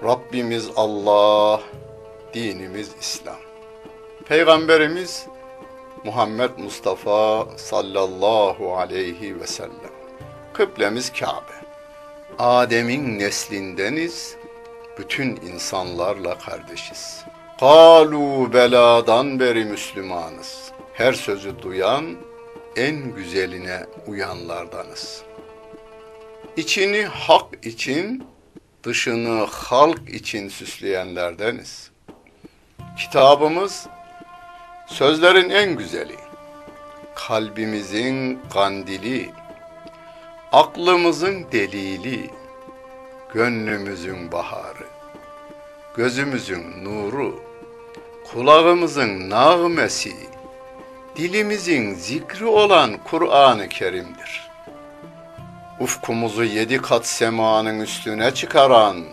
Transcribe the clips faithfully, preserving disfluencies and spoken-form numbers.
Rabbimiz Allah, dinimiz İslam. Peygamberimiz Muhammed Mustafa sallallahu aleyhi ve sellem. Kıblemiz Kabe. Adem'in neslindeniz, bütün insanlarla kardeşiz. Kalu beladan beri Müslümanız. Her sözü duyan, en güzeline uyanlardanız. İçini hak için, dışını halk için süsleyenlerdeniz. Kitabımız, sözlerin en güzeli, kalbimizin kandili, aklımızın delili, gönlümüzün baharı, gözümüzün nuru, kulağımızın nağmesi, dilimizin zikri olan Kur'an-ı Kerim'dir. Ufkumuzu yedi kat semanın üstüne çıkaran,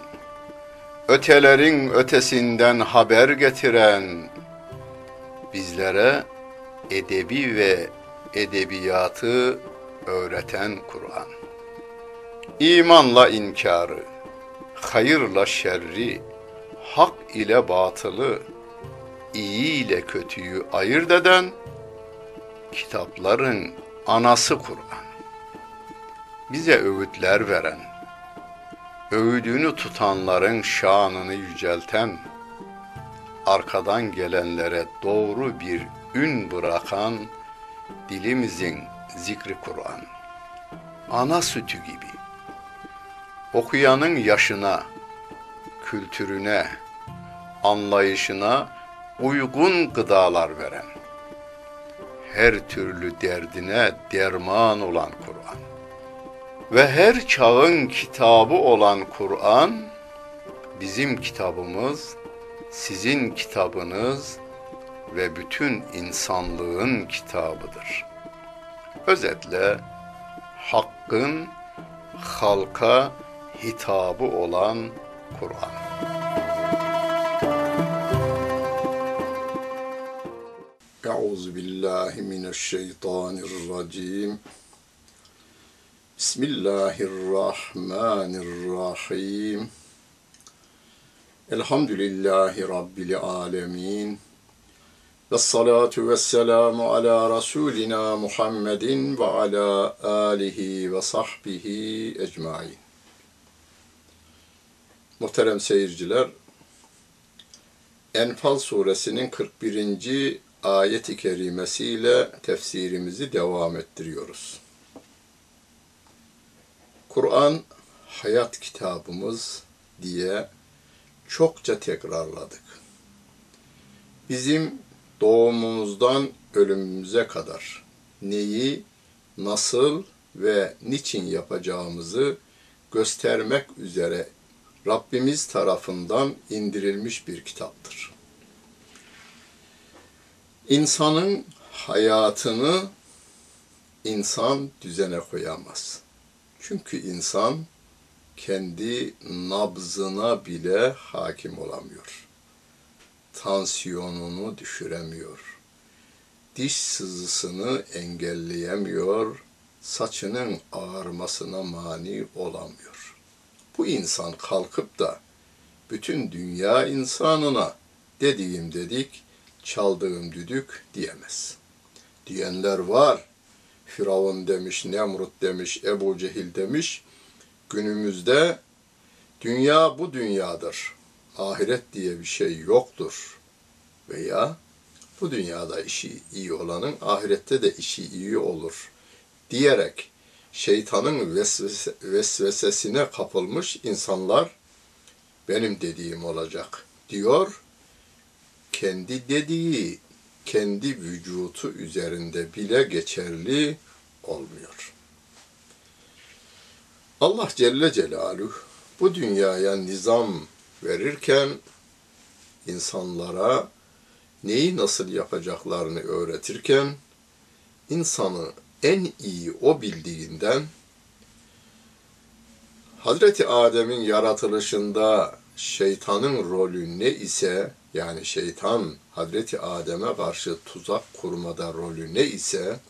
ötelerin ötesinden haber getiren, bizlere edebi ve edebiyatı öğreten Kur'an. İmanla inkarı, hayırla şerri, hak ile batılı, iyi ile kötüyü ayırt eden kitapların anası Kur'an. Bize öğütler veren, öğüdünü tutanların şanını yücelten, arkadan gelenlere doğru bir ün bırakan dilimizin zikri Kur'an. Ana sütü gibi, okuyanın yaşına, kültürüne, anlayışına uygun gıdalar veren, her türlü derdine derman olan Kur'an ve her çağın kitabı olan Kur'an, bizim kitabımız, sizin kitabınız ve bütün insanlığın kitabıdır. Özetle, hakkın halka hitabı olan Kur'an. Euzubillahimineşşeytanirracim. Bismillahirrahmanirrahim. Elhamdülillahi Rabbil alemin. Vessalatu vesselamu ala Resulina Muhammedin ve ala alihi ve sahbihi ecmain. Muhterem seyirciler, Enfal suresinin kırk birinci ayet-i kerimesiyle tefsirimizi devam ettiriyoruz. Kur'an hayat kitabımız diye çokça tekrarladık. Bizim doğumumuzdan ölümümüze kadar neyi, nasıl ve niçin yapacağımızı göstermek üzere Rabbimiz tarafından indirilmiş bir kitaptır. İnsanın hayatını insan düzene koyamaz. Çünkü insan kendi nabzına bile hakim olamıyor. Tansiyonunu düşüremiyor. Diş sızısını engelleyemiyor. Saçının ağarmasına mani olamıyor. Bu insan kalkıp da bütün dünya insanına dediğim dedik, çaldığım düdük diyemez. Diyenler var. Firavun demiş, Nemrut demiş, Ebu Cehil demiş. Günümüzde dünya bu dünyadır. Ahiret diye bir şey yoktur. Veya bu dünyada işi iyi olanın ahirette de işi iyi olur diyerek şeytanın vesvese, vesvesesine kapılmış insanlar benim dediğim olacak diyor. Kendi dediği kendi vücutu üzerinde bile geçerli olmuyor. Allah Celle Celaluhu bu dünyaya nizam verirken insanlara neyi nasıl yapacaklarını öğretirken insanı en iyi o bildiğinden Hazreti Adem'in yaratılışında şeytanın rolü ne ise, yani şeytan Hazreti Adem'e karşı tuzak kurmada rolü ne ise,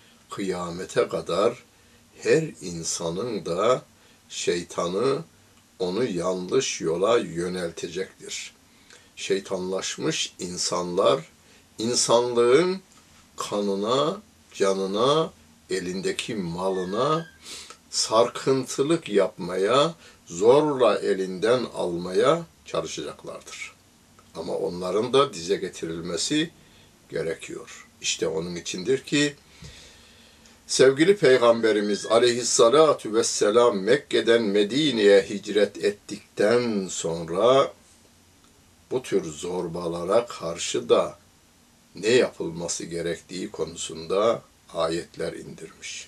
kıyamete kadar her insanın da şeytanı onu yanlış yola yöneltecektir. Şeytanlaşmış insanlar, insanlığın kanına, canına, elindeki malına sarkıntılık yapmaya, zorla elinden almaya çalışacaklardır. Ama onların da dize getirilmesi gerekiyor. İşte onun içindir ki sevgili Peygamberimiz aleyhissalatu vesselam Mekke'den Medine'ye hicret ettikten sonra bu tür zorbalara karşı da ne yapılması gerektiği konusunda ayetler indirmiş.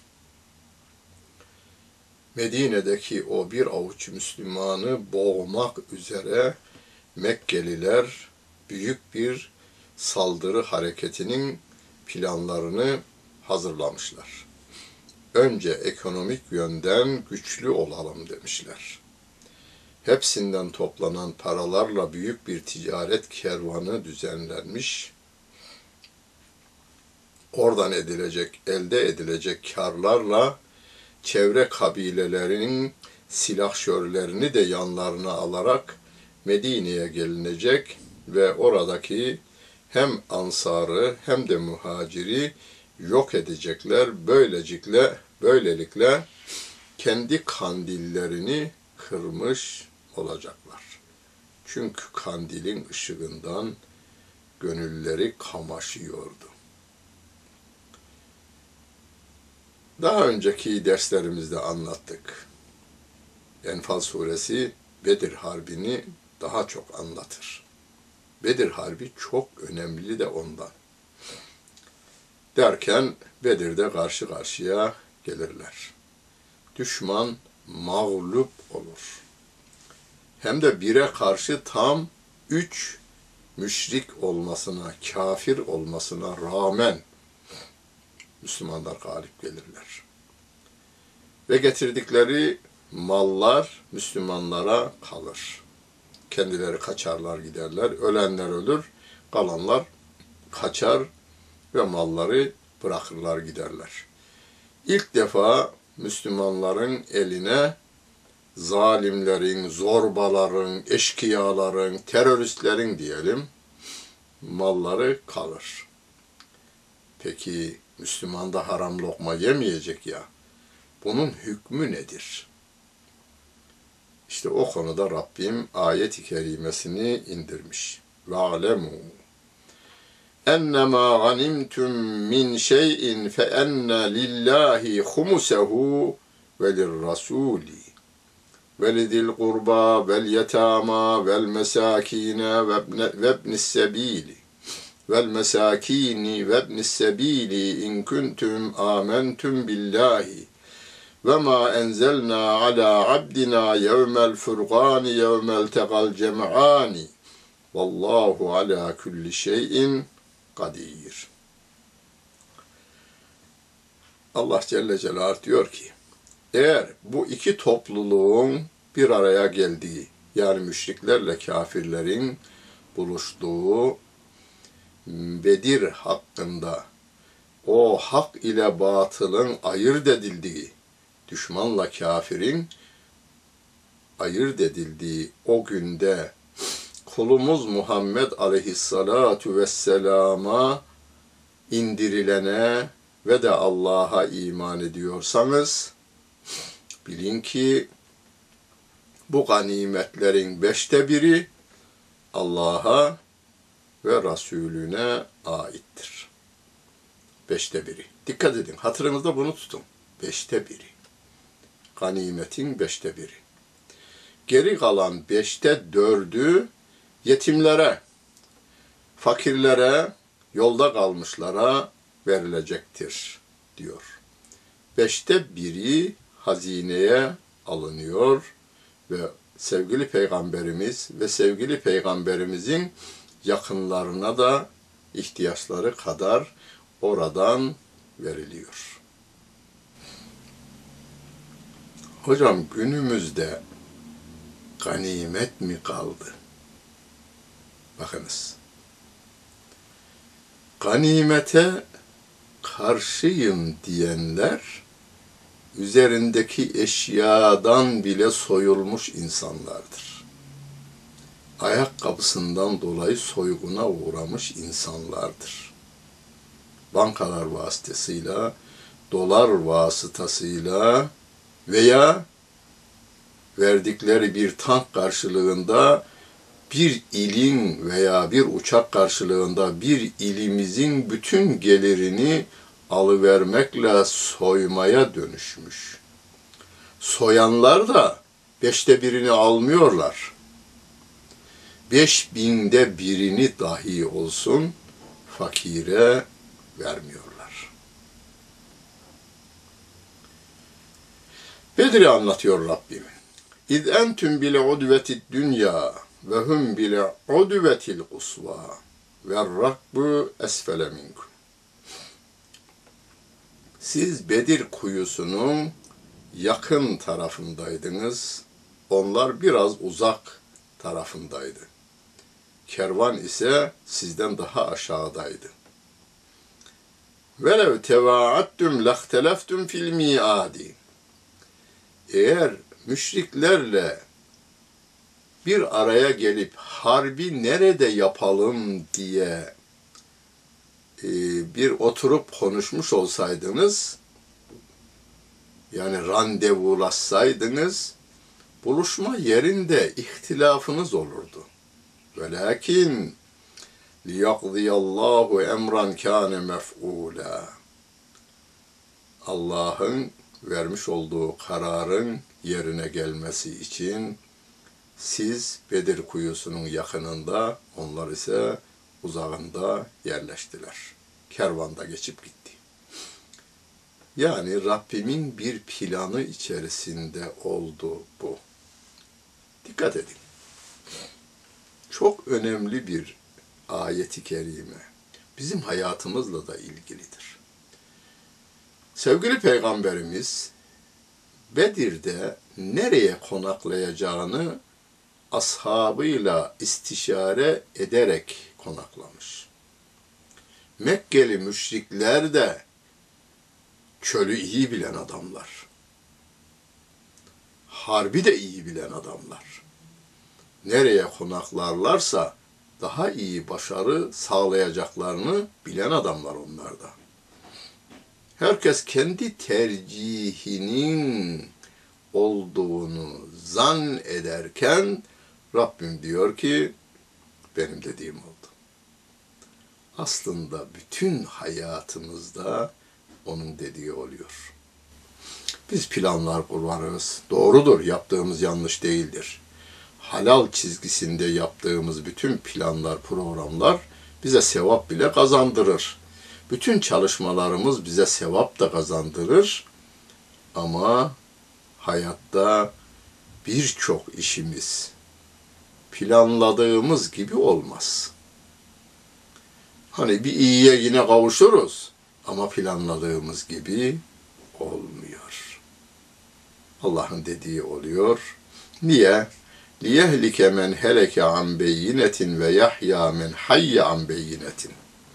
Medine'deki o bir avuç Müslümanı boğmak üzere Mekkeliler büyük bir saldırı hareketinin planlarını hazırlamışlar. Önce ekonomik yönden güçlü olalım demişler. Hepsinden toplanan paralarla büyük bir ticaret kervanı düzenlenmiş. Oradan edilecek, elde edilecek karlarla çevre kabilelerinin silahşörlerini de yanlarına alarak Medine'ye gelinecek ve oradaki hem ansarı hem de muhaciri yok edecekler. Böylecikle, böylelikle kendi kandillerini kırmış olacaklar. Çünkü kandilin ışığından gönülleri kamaşıyordu. Daha önceki derslerimizde anlattık. Enfal suresi Bedir Harbi'ni daha çok anlatır. Bedir Harbi çok önemli de ondan. Derken Bedir'de karşı karşıya gelirler. Düşman mağlup olur. Hem de bire karşı tam üç müşrik olmasına, kafir olmasına rağmen Müslümanlar galip gelirler. Ve getirdikleri mallar Müslümanlara kalır. Kendileri kaçarlar giderler, ölenler ölür, kalanlar kaçar ve malları bırakırlar giderler. İlk defa Müslümanların eline zalimlerin, zorbaların, eşkıyaların, teröristlerin diyelim malları kalır. Peki Müslüman da haram lokma yemeyecek ya. Bunun hükmü nedir? İşte o konuda Rabbim ayet-i kerimesini indirmiş. وَعْلَمُوا اَنَّمَا غَنِمْتُمْ مِنْ شَيْءٍ فَاَنَّ لِلّٰهِ خُمُسَهُ وَلِلرَّسُولِ وَلِذِي الْقُرْبَى وَالْيَتَامَى وَالْمَسَاكِينَ وَابْنِ السَّبِيلِ وَالْمَسَاكِينِ وَابْنِ السَّبِيلِ اِنْ كُنْتُمْ آمَنْتُمْ بِاللّٰهِ وَمَا اَنْزَلْنَا عَلَى عَبْدِنَا يَوْمَ الْفُرْقَانِ يَوْمَ الْتَقَى الْجَمْعَانِ وَاللّٰهُ عَلَى كُلِّ شَيْءٍ قَدِيرٌ. Allah Celle Celaluhu diyor ki, eğer bu iki topluluğun bir araya geldiği, yani müşriklerle kafirlerin buluştuğu Bedir hakkında o hak ile batılın ayırt edildiği, düşmanla kafirin ayırt edildiği o günde kulumuz Muhammed aleyhissalatu vesselama indirilene ve de Allah'a iman ediyorsanız bilin ki bu ganimetlerin beşte biri Allah'a ve Resulüne aittir. Beşte biri. Dikkat edin, hatırınızda bunu tutun. Beşte biri. Ganimetin beşte biri. Geri kalan beşte dördü yetimlere, fakirlere, yolda kalmışlara verilecektir diyor. Beşte biri hazineye alınıyor ve sevgili Peygamberimiz ve sevgili Peygamberimizin yakınlarına da ihtiyaçları kadar oradan veriliyor. Hocam günümüzde ganimet mi kaldı? Bakınız. Ganimete karşıyım diyenler üzerindeki eşyadan bile soyulmuş insanlardır. Ayakkabısından dolayı soyguna uğramış insanlardır. Bankalar vasıtasıyla, dolar vasıtasıyla veya verdikleri bir tank karşılığında bir ilin veya bir uçak karşılığında bir ilimizin bütün gelirini alıvermekle soymaya dönüşmüş. Soyanlar da beşte birini almıyorlar. Beş binde birini dahi olsun fakire vermiyorlar. Bedir'i anlatıyor Rabbim. İz entüm bile udvetid dünya ve hum bile udvetil usva ve rakbu esfele minkum. Siz Bedir kuyusunun yakın tarafındaydınız. Onlar biraz uzak tarafındaydı. Kervan ise sizden daha aşağıdaydı. Velev tevaattum lehteleftum fil miadi. Eğer müşriklerle bir araya gelip harbi nerede yapalım diye e, bir oturup konuşmuş olsaydınız, yani randevulaşsaydınız, buluşma yerinde ihtilafınız olurdu. Velakin liyaqdiyallahu emran kâne mef'ûlâ. Allah'ın vermiş olduğu kararın yerine gelmesi için siz Bedir kuyusunun yakınında, onlar ise uzağında yerleştiler. Kervanda geçip gitti. Yani Rabbimin bir planı içerisinde oldu bu. Dikkat edin. Çok önemli bir ayeti kerime. Bizim hayatımızla da ilgilidir. Sevgili Peygamberimiz Bedir'de nereye konaklayacağını ashabıyla istişare ederek konaklamış. Mekkeli müşrikler de çölü iyi bilen adamlar. Harbi de iyi bilen adamlar. Nereye konaklarlarsa daha iyi başarı sağlayacaklarını bilen adamlar onlar da. Herkes kendi tercihinin olduğunu zan ederken Rabbim diyor ki benim dediğim oldu. Aslında bütün hayatımızda onun dediği oluyor. Biz planlar kurarız. Doğrudur, yaptığımız yanlış değildir. Halal çizgisinde yaptığımız bütün planlar, programlar bize sevap bile kazandırır. Bütün çalışmalarımız bize sevap da kazandırır. Ama hayatta birçok işimiz planladığımız gibi olmaz. Hani bir iyiye yine kavuşuruz ama planladığımız gibi olmuyor. Allah'ın dediği oluyor. Niye? لِيَهْلِكَ مَنْ هَلَكَ عَنْ بَيِّنَةٍ وَيَحْيَا مَنْ حَيَّ عَنْ بَيِّنَةٍ.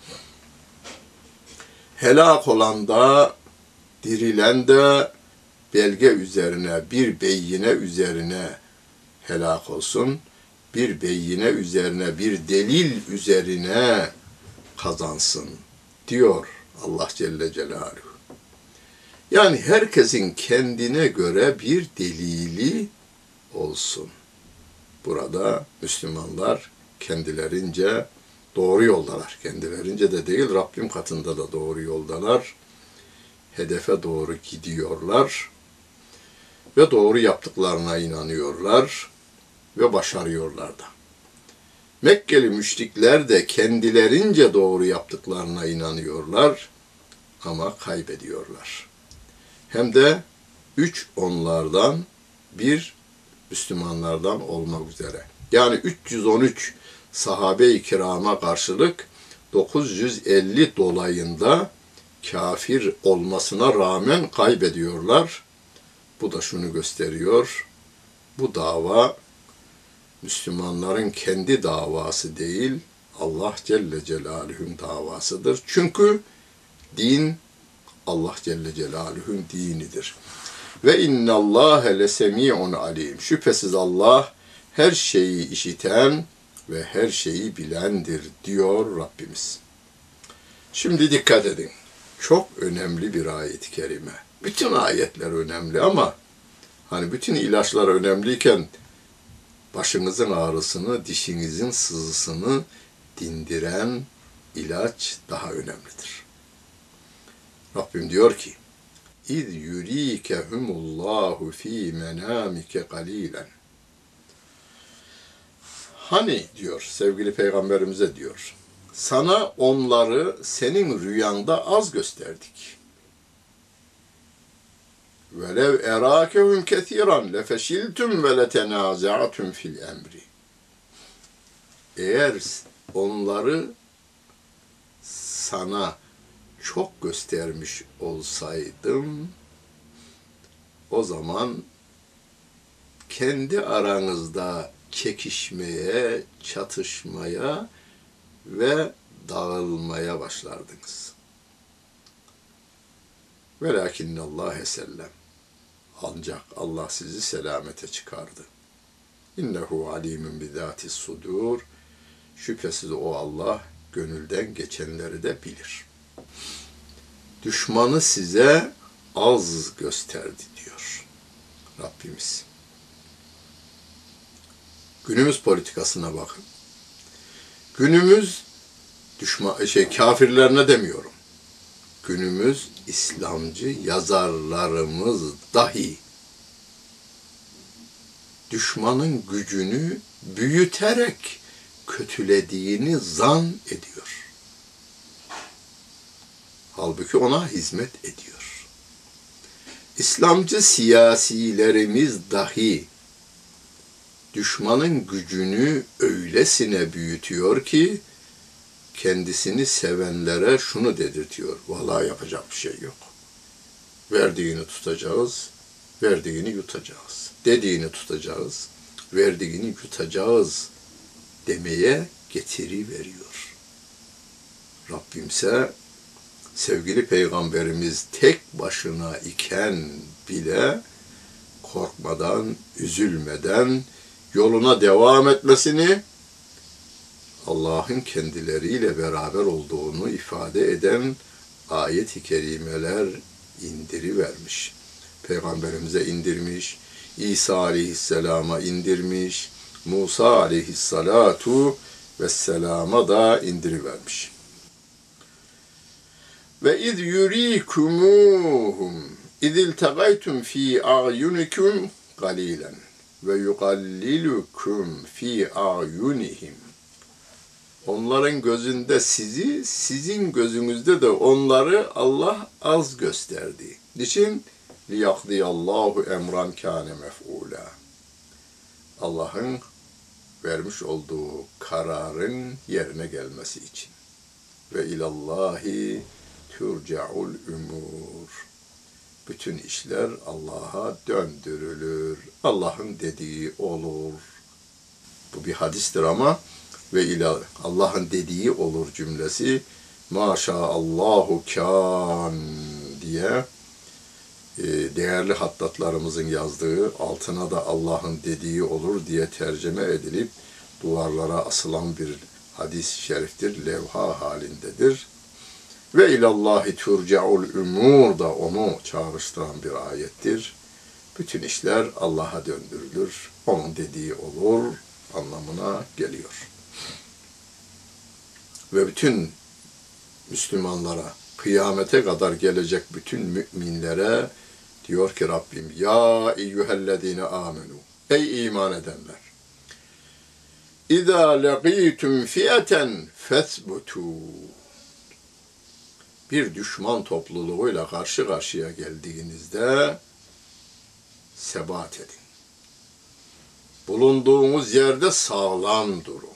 Helak olan da, dirilen de belge üzerine, bir beyine üzerine helak olsun. Bir beyine üzerine, bir delil üzerine kazansın diyor Allah Celle Celaluhu. Yani herkesin kendine göre bir delili olsun. Burada Müslümanlar kendilerince doğru yoldalar. Kendilerince de değil, Rabbim katında da doğru yoldalar. Hedefe doğru gidiyorlar ve doğru yaptıklarına inanıyorlar ve başarıyorlar da. Mekkeli müşrikler de kendilerince doğru yaptıklarına inanıyorlar ama kaybediyorlar. Hem de üç onlardan, bir Müslümanlardan olmak üzere. Yani üç yüz on üç sahabe-i kirama karşılık dokuz yüz elli dolayında kafir olmasına rağmen kaybediyorlar. Bu da şunu gösteriyor. Bu dava Müslümanların kendi davası değil, Allah Celle Celaluhu'nun davasıdır. Çünkü din Allah Celle Celaluhu'nun dinidir. Ve innallâhe lesemi'un alim. Şüphesiz Allah her şeyi işiten ve her şeyi bilendir diyor Rabbimiz. Şimdi dikkat edin. Çok önemli bir ayet-i kerime. Bütün ayetler önemli ama hani bütün ilaçlar önemliyken başınızın ağrısını, dişinizin sızısını dindiren ilaç daha önemlidir. Rabbim diyor ki: İz yurikehumullahu fi menamike qalilan. Hani diyor sevgili peygamberimize diyor, sana onları senin rüyanda az gösterdik. Velev erakehum kesiran lefeşiltum ve letenaza'tum fil emri. Eğer onları sana çok göstermiş olsaydım, o zaman kendi aranızda çekişmeye, çatışmaya ve dağılmaya başlardınız. Velakinnallâhe sellem. Ancak Allah sizi selamete çıkardı. İnnehu alimun bizâtis sudur. Şüphesiz o Allah gönülden geçenleri de bilir. Düşmanı size az gösterdi diyor Rabbimiz. Günümüz politikasına bakın. Günümüz düşman şey kafirlerine demiyorum. Günümüz İslamcı yazarlarımız dahi düşmanın gücünü büyüterek kötülediğini zan ediyor. Halbuki ona hizmet ediyor. İslamcı siyasilerimiz dahi düşmanın gücünü öylesine büyütüyor ki kendisini sevenlere şunu dedirtiyor: vallahi yapacak bir şey yok. Verdiğini tutacağız, verdiğini yutacağız. Dediğini tutacağız, verdiğini yutacağız demeye getiri veriyor. Rabbimse sevgili peygamberimiz tek başına iken bile korkmadan, üzülmeden yoluna devam etmesini, Allah'ın kendileriyle beraber olduğunu ifade eden ayet-i kerimeler indirivermiş. Peygamberimize indirmiş, İsa aleyhisselama indirmiş, Musa aleyhissalatu vesselama da indirivermiş. Ve iz yurikumuhum iz iltegaytum fi a'yunikum qalilan ve yuqallilukum fi a'yunihim. Onların gözünde sizi, sizin gözünüzde de onları Allah az gösterdi. Niçin? liyakdiyallahu emran kâne mef'ûlâ. Allah'ın vermiş olduğu kararın yerine gelmesi için. Ve ilallahi turca'ul umur. Bütün işler Allah'a döndürülür. Allah'ın dediği olur. Bu bir hadistir ama ve ila Allah'ın dediği olur cümlesi maşaallahu kân diye değerli hattatlarımızın yazdığı, altına da Allah'ın dediği olur diye tercüme edilip duvarlara asılan bir hadis-i şeriftir, levha halindedir. Ve ilallahi turca'ul umur da onu çağrıştıran bir ayettir. Bütün işler Allah'a döndürülür, onun dediği olur anlamına geliyor. Ve bütün Müslümanlara, kıyamete kadar gelecek bütün müminlere diyor ki Rabbim, ya eyyühellezine amenu, ey iman edenler, İzâ legîtüm fiyeten fethbutû. Bir düşman topluluğuyla karşı karşıya geldiğinizde sebat edin. Bulunduğunuz yerde sağlam durun.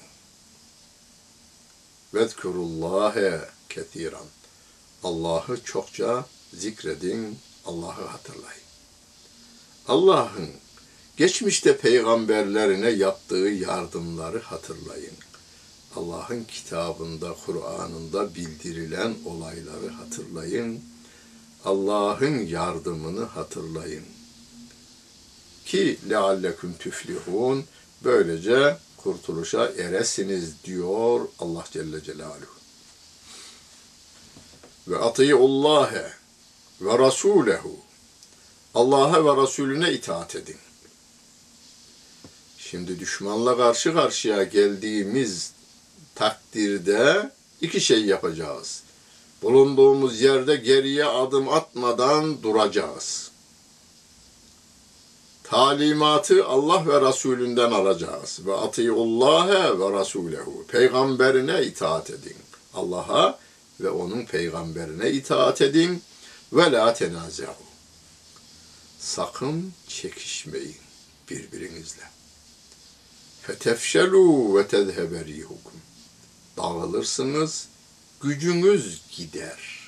Vezkurullâhe ketiran. Allah'ı çokça zikredin, Allah'ı hatırlayın. Allah'ın geçmişte peygamberlerine yaptığı yardımları hatırlayın. Allah'ın kitabında, Kur'an'ında bildirilen olayları hatırlayın. Allah'ın yardımını hatırlayın. Ki lealleküm tüflihun, böylece kurtuluşa eresiniz diyor Allah Celle Celaluhu. Ve ati'ullâhe ve rasûlehu, Allah'a ve Resulüne itaat edin. Şimdi düşmanla karşı karşıya geldiğimiz takdirde iki şey yapacağız. Bulunduğumuz yerde geriye adım atmadan duracağız. Talimatı Allah ve Resulünden alacağız. Ve ati'ullâhe ve rasûlehu. Peygamberine itaat edin. Allah'a ve onun peygamberine itaat edin. Ve la tenâze'u. Sakın çekişmeyin birbirinizle. Fetefşelû ve tezhebe rihukum. Dağılırsınız, gücünüz gider.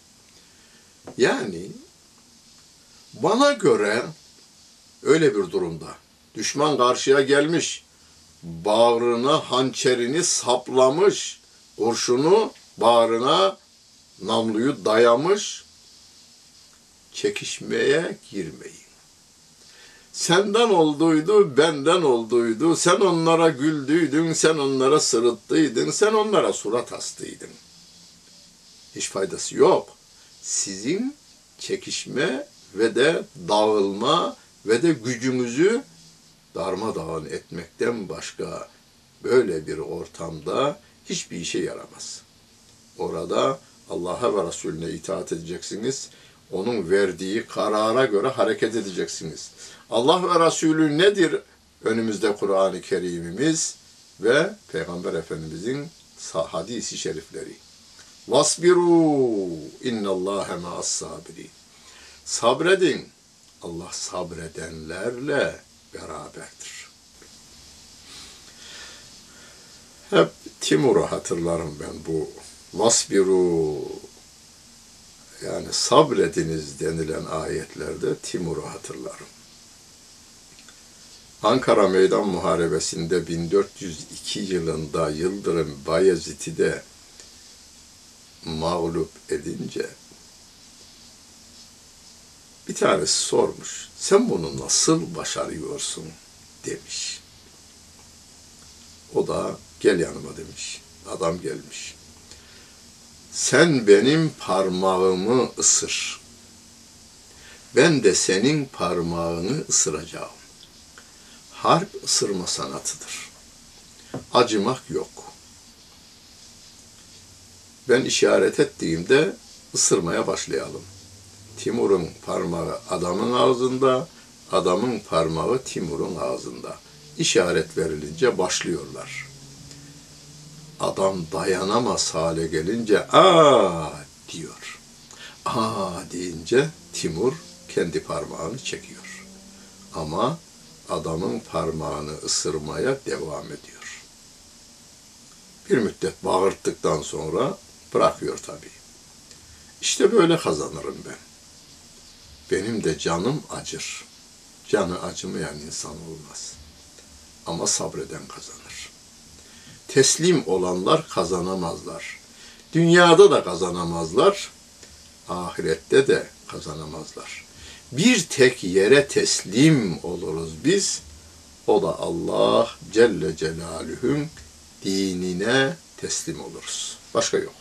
Yani bana göre öyle bir durumda düşman karşıya gelmiş, bağrına hançerini saplamış, kurşunu bağrına, namluyu dayamış, çekişmeye girmeyin. Senden olduydu, benden olduydu, sen onlara güldüydün, sen onlara sırıttıydın, sen onlara surat astıydın. Hiç faydası yok. Sizin çekişme ve de dağılma ve de gücünüzü darmadağın etmekten başka böyle bir ortamda hiçbir işe yaramaz. Orada Allah'a ve Resulüne itaat edeceksiniz. Onun verdiği karara göre hareket edeceksiniz. Allah ve Resulü nedir? Önümüzde Kur'an-ı Kerim'imiz ve Peygamber Efendimizin hadis-i şerifleri. Vasbiru innallâhe ma'as-sabirin. Sabredin. Allah sabredenlerle beraberdir. Hep Timur'u hatırlarım ben bu. Vasbiru, yani sabrediniz denilen ayetlerde Timur'u hatırlarım. Ankara Meydan Muharebesi'nde bin dört yüz iki yılında Yıldırım Bayezid'i de mağlup edince bir tanesi sormuş, sen bunu nasıl başarıyorsun demiş. O da gel yanıma demiş. Adam gelmiş. Sen benim parmağımı ısır. Ben de senin parmağını ısıracağım. Harp ısırma sanatıdır. Acımak yok. Ben işaret ettiğimde ısırmaya başlayalım. Timur'un parmağı adamın ağzında, adamın parmağı Timur'un ağzında. İşaret verilince başlıyorlar. Adam dayanamaz hale gelince aa diyor. Aa deyince Timur kendi parmağını çekiyor. Ama adamın parmağını ısırmaya devam ediyor. Bir müddet bağırttıktan sonra bırakıyor tabii. İşte böyle kazanırım ben. Benim de canım acır. Canı acımayan insan olmaz. Ama sabreden kazanır. Teslim olanlar kazanamazlar. Dünyada da kazanamazlar. Ahirette de kazanamazlar. Bir tek yere teslim oluruz biz. O da Allah Celle Celaluhu'nun dinine teslim oluruz. Başka yok.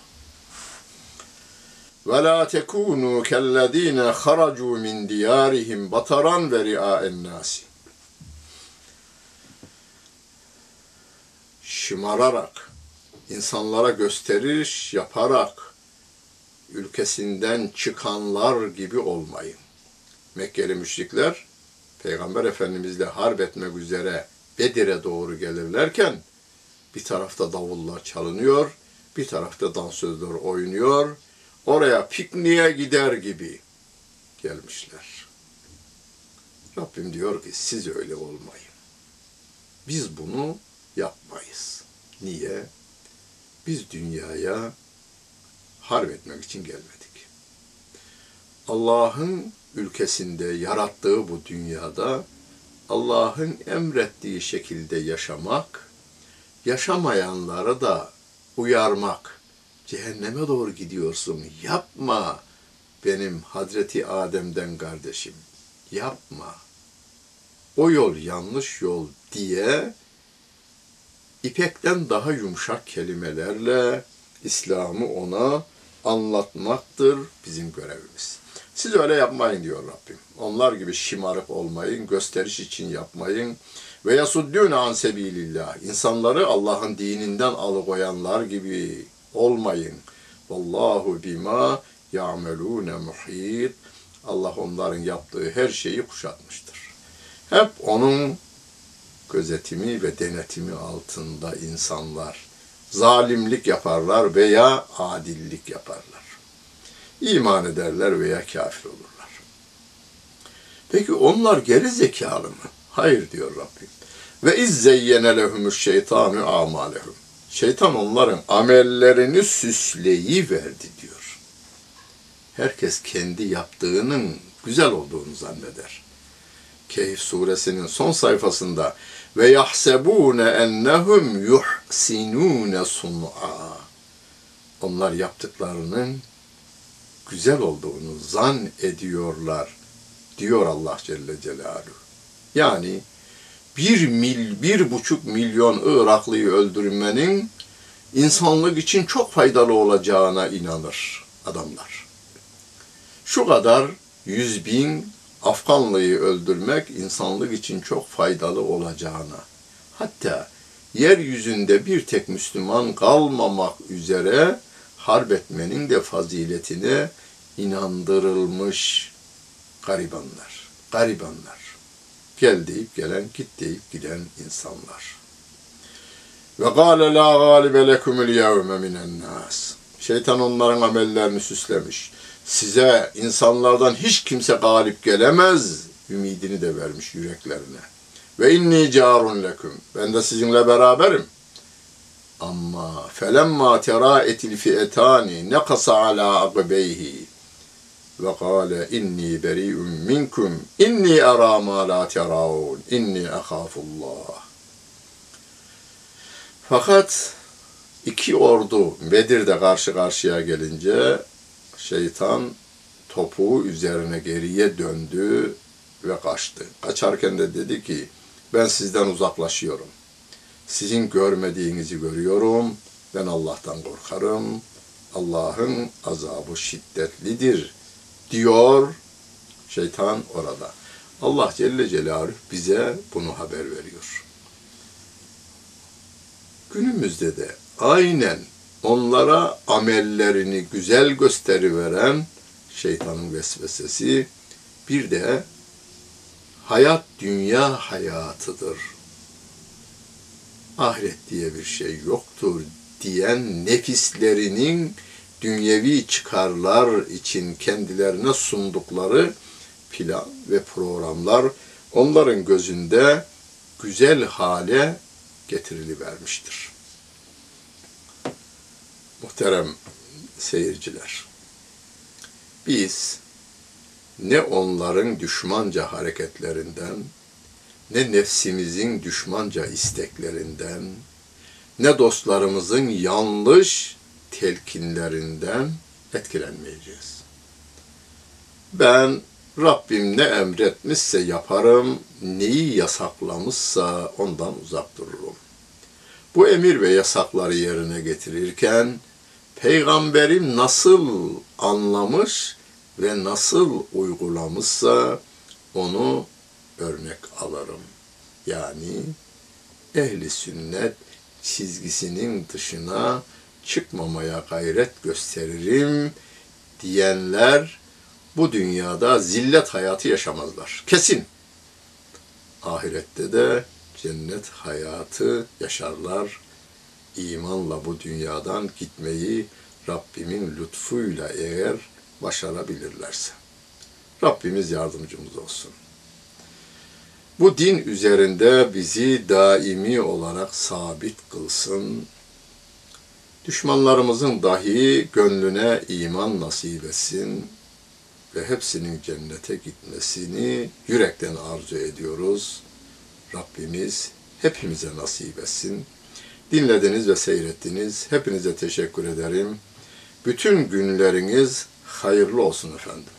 وَلَا تَكُونُوا كَالَّذ۪ينَ خَرَجُوا مِنْ دِيَارِهِمْ بَطَرًا وَرِعَاءَ النَّاسِ. Şımararak, insanlara gösteriş yaparak, ülkesinden çıkanlar gibi olmayın. Mekkeli müşrikler, Peygamber Efendimizle harp etmek üzere Bedir'e doğru gelirlerken, bir tarafta davullar çalınıyor, bir tarafta dansözler oynuyor, oraya pikniğe gider gibi gelmişler. Rabbim diyor ki siz öyle olmayın. Biz bunu yapmayız. Niye? Biz dünyaya harp etmek için gelmedik. Allah'ın ülkesinde yarattığı bu dünyada Allah'ın emrettiği şekilde yaşamak, yaşamayanları da uyarmak. Cehenneme doğru gidiyorsun, yapma benim Hazreti Adem'den kardeşim, yapma. O yol yanlış yol diye ipekten daha yumuşak kelimelerle İslam'ı ona anlatmaktır bizim görevimiz. Siz öyle yapmayın diyor Rabbim. Onlar gibi şımarık olmayın, gösteriş için yapmayın. Ve yasuddûne an sebilillah. İnsanları Allah'ın dininden alıkoyanlar gibi olmayın. Vallahu bima ya'melûne muhît. Allah onların yaptığı her şeyi kuşatmıştır. Hep onun gözetimi ve denetimi altında insanlar zalimlik yaparlar veya adillik yaparlar. İman ederler veya kafir olurlar. Peki onlar geri zekalı mı? Hayır diyor Rabbim. Ve izzeyyene lehumuş şeytanu amalehum. Şeytan onların amellerini süsleyiverdi diyor. Herkes kendi yaptığının güzel olduğunu zanneder. Kehf suresinin son sayfasında ve yahsebune ennehum yuhsinune sun'a. Onlar yaptıklarının güzel olduğunu zan ediyorlar diyor Allah Celle Celaluhu. Yani bir mil, bir buçuk milyon Iraklıyı öldürmenin insanlık için çok faydalı olacağına inanır adamlar. Şu kadar yüz bin Afganlıyı öldürmek insanlık için çok faydalı olacağına, hatta yeryüzünde bir tek Müslüman kalmamak üzere harp etmenin de faziletine inandırılmış garibanlar, garibanlar. Gel deyip gelen, git deyip giden insanlar. Ve gâle lâ gâlibe lekumul yevme minen nâs. Şeytan onların amellerini süslemiş. Size insanlardan hiç kimse galip gelemez ümidini de vermiş yüreklerine. Ve inni carun lekum. Ben de sizinle beraberim. Ama felemma terâetil fi'etâni nekasa alâ akbeyhi. Ve kâle inni beri'un minkum. İnni arâ mâ lâ terâun. İnni ahâfullah. Fakat iki ordu Bedir'de karşı karşıya gelince şeytan topuğu üzerine geriye döndü ve kaçtı. Kaçarken de dedi ki ben sizden uzaklaşıyorum. Sizin görmediğinizi görüyorum. Ben Allah'tan korkarım. Allah'ın azabı şiddetlidir diyor şeytan orada. Allah Celle Celaluhu bize bunu haber veriyor. Günümüzde de aynen onlara amellerini güzel gösteriveren şeytanın vesvesesi, bir de hayat dünya hayatıdır, ahiret diye bir şey yoktur diyen nefislerinin dünyevi çıkarlar için kendilerine sundukları plan ve programlar onların gözünde güzel hale getirilivermiştir. Muhterem seyirciler, biz ne onların düşmanca hareketlerinden, ne nefsimizin düşmanca isteklerinden, ne dostlarımızın yanlış telkinlerinden etkilenmeyeceğiz. Ben Rabbim ne emretmişse yaparım, neyi yasaklamışsa ondan uzak dururum. Bu emir ve yasakları yerine getirirken Peygamberim nasıl anlamış ve nasıl uygulamışsa onu örnek alırım. Yani ehli sünnet çizgisinin dışına çıkmamaya gayret gösteririm diyenler bu dünyada zillet hayatı yaşamazlar. Kesin. Ahirette de cennet hayatı yaşarlar. İmanla bu dünyadan gitmeyi Rabbimin lütfuyla eğer başarabilirlerse. Rabbimiz yardımcımız olsun. Bu din üzerinde bizi daimi olarak sabit kılsın. Düşmanlarımızın dahi gönlüne iman nasip etsin ve hepsinin cennete gitmesini yürekten arzu ediyoruz. Rabbimiz hepimize nasip etsin. Dinlediniz ve seyrettiniz. Hepinize teşekkür ederim. Bütün günleriniz hayırlı olsun efendim.